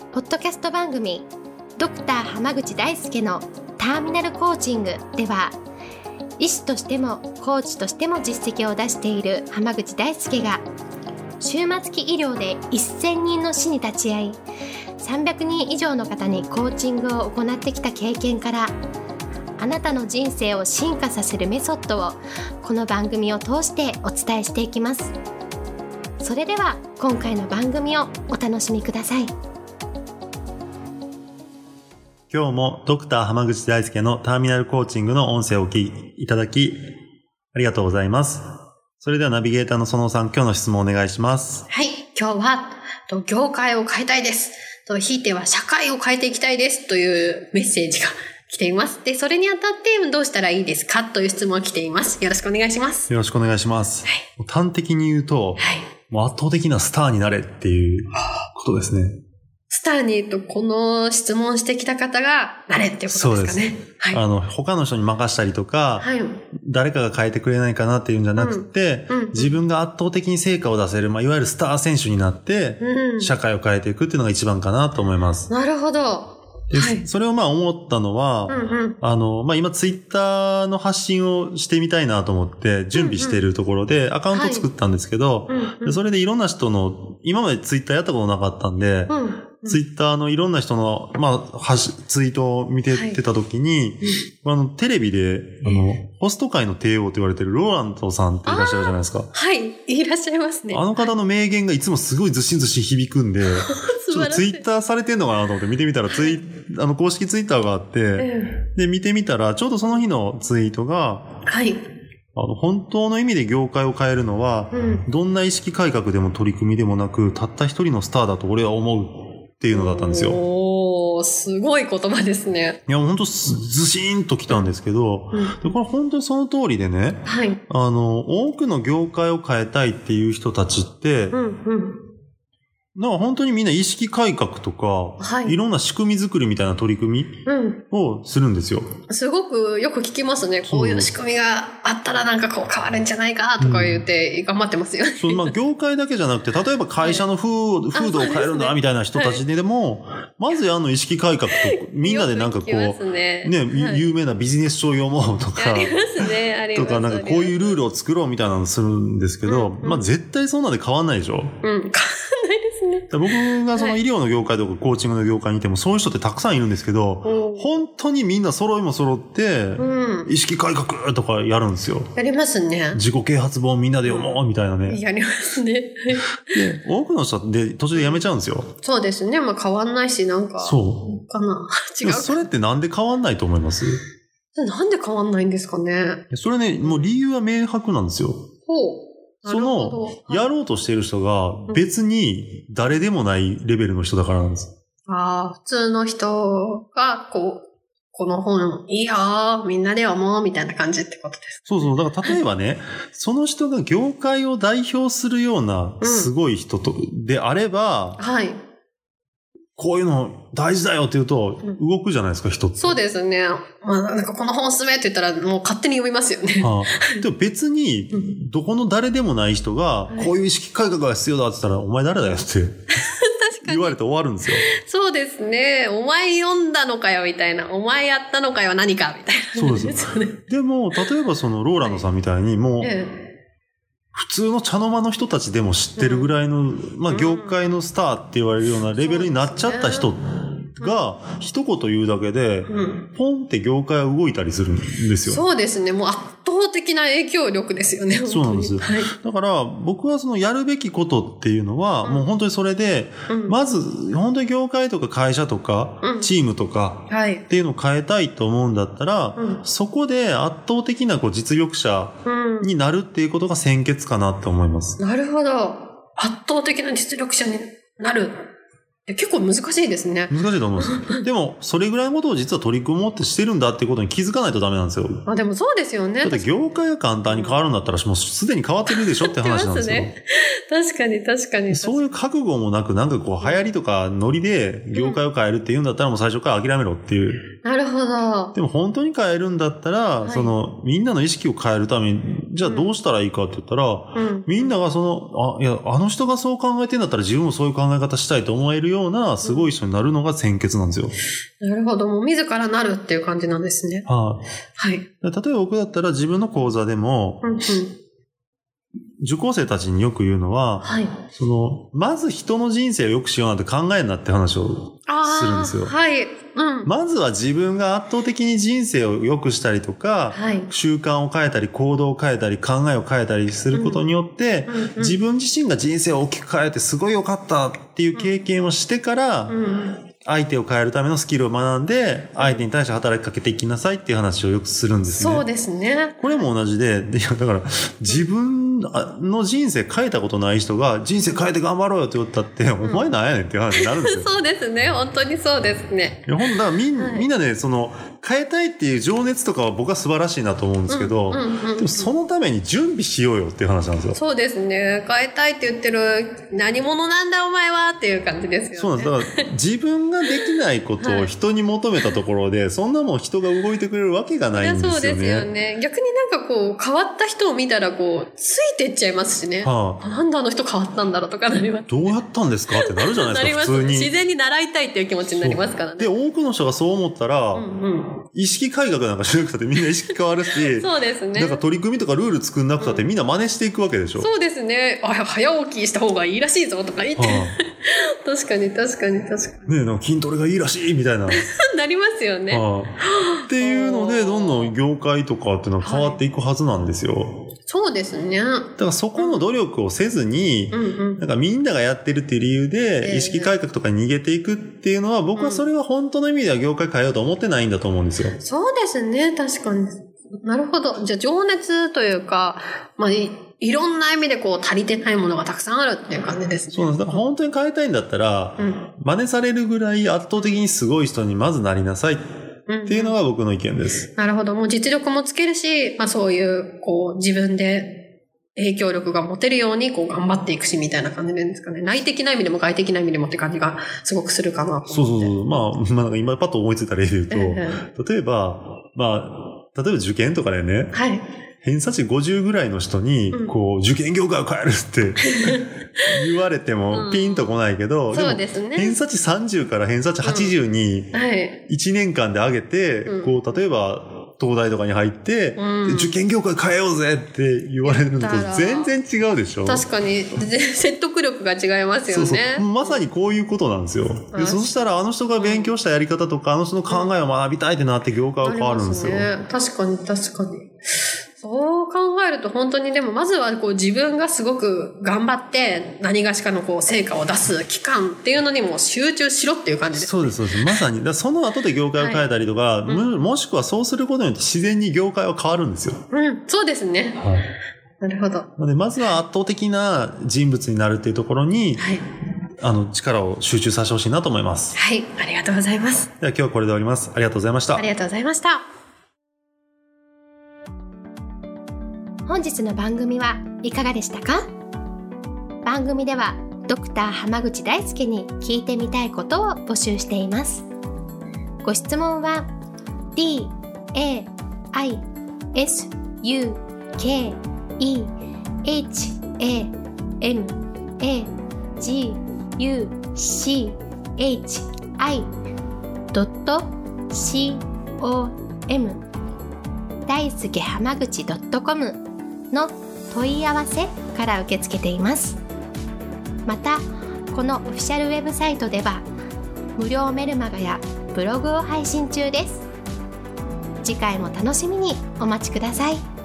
ポッドキャスト番組ドクター濱口大輔のターミナルコーチングでは、医師としてもコーチとしても実績を出している濱口大輔が終末期医療で1000人の死に立ち会い、300人以上の方にコーチングを行ってきた経験から、あなたの人生を進化させるメソッドをこの番組を通してお伝えしていきます。それでは今回の番組をお楽しみください。 今日もドクター濱口大輔のターミナルコーチングの音声をお聞きいただきありがとうございます。それではナビゲーターの園尾さん、今日の質問をお願いします。 はい、今日は業界を変えたいです。ひいては社会を変えていきたいですというメッセージが来ています。で、それにあたってどうしたらいいですかという質問が来ています。よろしくお願いします。 よろしくお願いします。はい、端的に言うと、もう圧倒的なスターになれっていうことですね。 スターにこの質問してきた方がなれっていうことですかね。 そうです。はい、他の人に任したりとか、誰かが変えてくれないかなっていうんじゃなくて、自分が圧倒的に成果を出せる、いわゆるスター選手になって、社会を変えていくっていうのが一番かなと思います。 なるほど。 それを思ったのは、今ツイッターの発信をしてみたいなと思って準備しているところでアカウント作ったんですけど、それでいろんな人の、今までツイッターやったことなかったんで、ツイッターのいろんな人の、ツイートを見てってた時に、テレビで、ホスト界の帝王と言われてるローランドさんっていらっしゃるじゃないですか。 はい、いらっしゃいますね。 あの方の名言がいつもすごいずしんずしん響くんで、ちょっとツイッターされてんのかなと思って見てみたら公式ツイッターがあって、で、見てみたら、ちょうどその日のツイートが、本当の意味で業界を変えるのは、どんな意識改革でも取り組みでもなく、たった一人のスターだと俺は思うっていうのだったんですよ。 おー、すごい言葉ですね。 いや、本当ずしーんときたんですけど、これ本当にその通りでね、多くの業界を変えたいっていう人たちって、本当にみんな意識改革とか、いろんな仕組み作りみたいな取り組みをするんですよ。 すごくよく聞きますね。こういう仕組みがあったら変わるんじゃないかとか言って頑張ってますよね。 業界だけじなくて、例えば会社の風土を変えるんだみたいな人たちでも、まず意識改革と、みんなで有名なビジネス書を読もうとか、とかこういうルールを作ろうみたいなのするんですけど、絶対そんなで変わんないでしょ。 変わんないですね。 僕がその医療の業界とかコーチングの業界にいてもそういう人ってたくさんいるんですけど、本当にみんな揃いも揃って、意識改革とかやるんですよ。 やりますね。 自己啓発本みんなで読もうみたいなね。 やりますね。で、 多くの人で途中でやめちゃうんですよ。 そうですね。変わんないし、そうかな。違う。 それってなんで変わんないと思います？ なんで変わんないんですかね。 それね、もう理由は明白なんですよ。やろうとしている人が別に誰でもないレベルの人だからなんです。 普通の人が、この本いいよー、みんなで読もうみたいな感じってことですかね。 そう。だから例えばね、その人が業界を代表するようなすごい人であれば、こういうの大事だよって言うと動くじゃないですか、人って。 そうですね。この本おすすめって言ったらもう勝手に読みますよね。 でも別に、どこの誰でもない人が、こういう意識改革が必要だって言ったら、お前誰だよって言われて終わるんですよ。 そうですね。お前読んだのかよみたいな。お前やったのかよ何かみたいな。 そうです。でも、例えばそのローランドさんみたいにもう、普通の茶の間の人たちでも知ってるぐらいの、業界のスターって言われるようなレベルになっちゃった人が、一言言うだけで、ポンって業界は動いたりするんですよ。 そうですね。もう圧倒的な影響力ですよね。 そうなんです。だから、僕はそのやるべきことっていうのは、もう本当にそれで、まず、本当に業界とか会社とか、チームとか、っていうのを変えたいと思うんだったら、そこで圧倒的な実力者になるっていうことが先決かなって思います。 なるほど。圧倒的な実力者になる。結構難しいですね。 難しいと思います。でも、それぐらいのことを実は取り組もうってしてるんだっていうことに気づかないとダメなんですよ。 でもそうですよね。 だって業界が簡単に変わるんだったら、もうすでに変わってるでしょって話なんですよ。 確かに。 そういう覚悟もなく、流行りとかノリで業界を変えるっていうんだったら、もう最初から諦めろっていう。 なるほど。 でも本当に変えるんだったら、みんなの意識を変えるためじゃあどうしたらいいかって言ったら、みんながあの人がそう考えてんだったら自分もそういう考え方したいと思えるようなすごい人になるのが先決なんですよ。 なるほど。もう自らなるっていう感じなんですね。 はい。例えば僕だったら自分の講座でも、受講生たちによく言うのは、まず人の人生を良くしようなんて考えんなって話をするんですよ。まずは自分が圧倒的に人生を良くしたりとか、習慣を変えたり行動を変えたり考えを変えたりすることによって、自分自身が人生を大きく変えてすごい良かったっていう経験をしてから、相手を変えるためのスキルを学んで、相手に対して働きかけていきなさいっていう話をよくするんですね。 そうですね。 これも同じで、だから自分の人生変えたことない人が人生変えて頑張ろうよって言ったって、お前なんやねんっていう話になるんですよ。 そうですね。本当にそうですね。 いや、だからみんなね、変えたいっていう情熱とかは僕は素晴らしいなと思うんですけど、でもそのために準備しようよっていう話なんですよ。 そうですね。変えたいって言ってる何者なんだお前はっていう感じですよね。 そうなんです。だから自分ができないことを人に求めたところで、そんなもん人が動いてくれるわけがないんですよね。 そうですよね。逆になんか変わった人を見たらついてっちゃいますしね。なんであの人変わったんだろうとかなります。 どうやったんですかってなるじゃないですか、普通に。 自然に習いたいっていう気持ちになりますからね。 で、多くの人がそう思ったら、意識改革なんかしなくたってみんな意識変わるし、 そうですね。 なんか取り組みとかルール作んなくたってみんな真似していくわけでしょ。 そうですね。早起きした方がいいらしいぞとか言って。確かに。ねえ、なんか筋トレがいいらしいみたいな。 なりますよね。 っていうので、どんどん業界とかっていうのは変わっていくはずなんですよ。 そうですね。 だからそこの努力をせずに、なんかみんながやってるっていう理由で、意識改革とかに逃げていくっていうのは、僕はそれは本当の意味では業界変えようと思ってないんだと思うんですよ。 そうですね。確かに。なるほど。じゃあ情熱というか、いろんな意味で足りてないものがたくさんあるっていう感じですね。 そうなんです。だから本当に変えたいんだったら、真似されるぐらい圧倒的にすごい人にまずなりなさいっていうのが僕の意見です。 なるほど。もう実力もつけるし、そういう自分で影響力が持てるように頑張っていくしみたいな感じなんですかね。内的な意味でも外的な意味でもって感じがすごくするかなと思って。 そう。なんか今パッと思いついた例で言うと、例えば受験とかでね、偏差値50ぐらいの人に、受験業界を変えるって言われてもピンとこないけど、 そうですね。 偏差値30から偏差値80に1年間で上げて、例えば東大とかに入って、受験業界変えようぜって言われるのと全然違うでしょ。 確かに説得力が違いますよね。 そうまさにこういうことなんですよ。でそしたらあの人が勉強したやり方とか、あの人の考えを学びたいってなって業界は変わるんですよ。 確かに。そう考えると本当にでもまずは自分がすごく頑張って何がしかの成果を出す期間っていうのにも集中しろっていう感じですね。 そうです。まさに。その後で業界を変えたりとか、もしくはそうすることによって自然に業界は変わるんですよ。 そうですね。なるほど。 なのでまずは圧倒的な人物になるっていうところに、力を集中させてほしいなと思います。 はい。ありがとうございます。 では今日はこれで終わります。ありがとうございました。 ありがとうございました。 本日の番組はいかがでしたか？番組ではドクター濱口大輔に聞いてみたいことを募集しています。ご質問は daisukehamagutchi.com 大輔濱口 .com の問い合わせから受け付けています。またこのオフィシャルウェブサイトでは無料メルマガやブログを配信中です。次回も楽しみにお待ちください。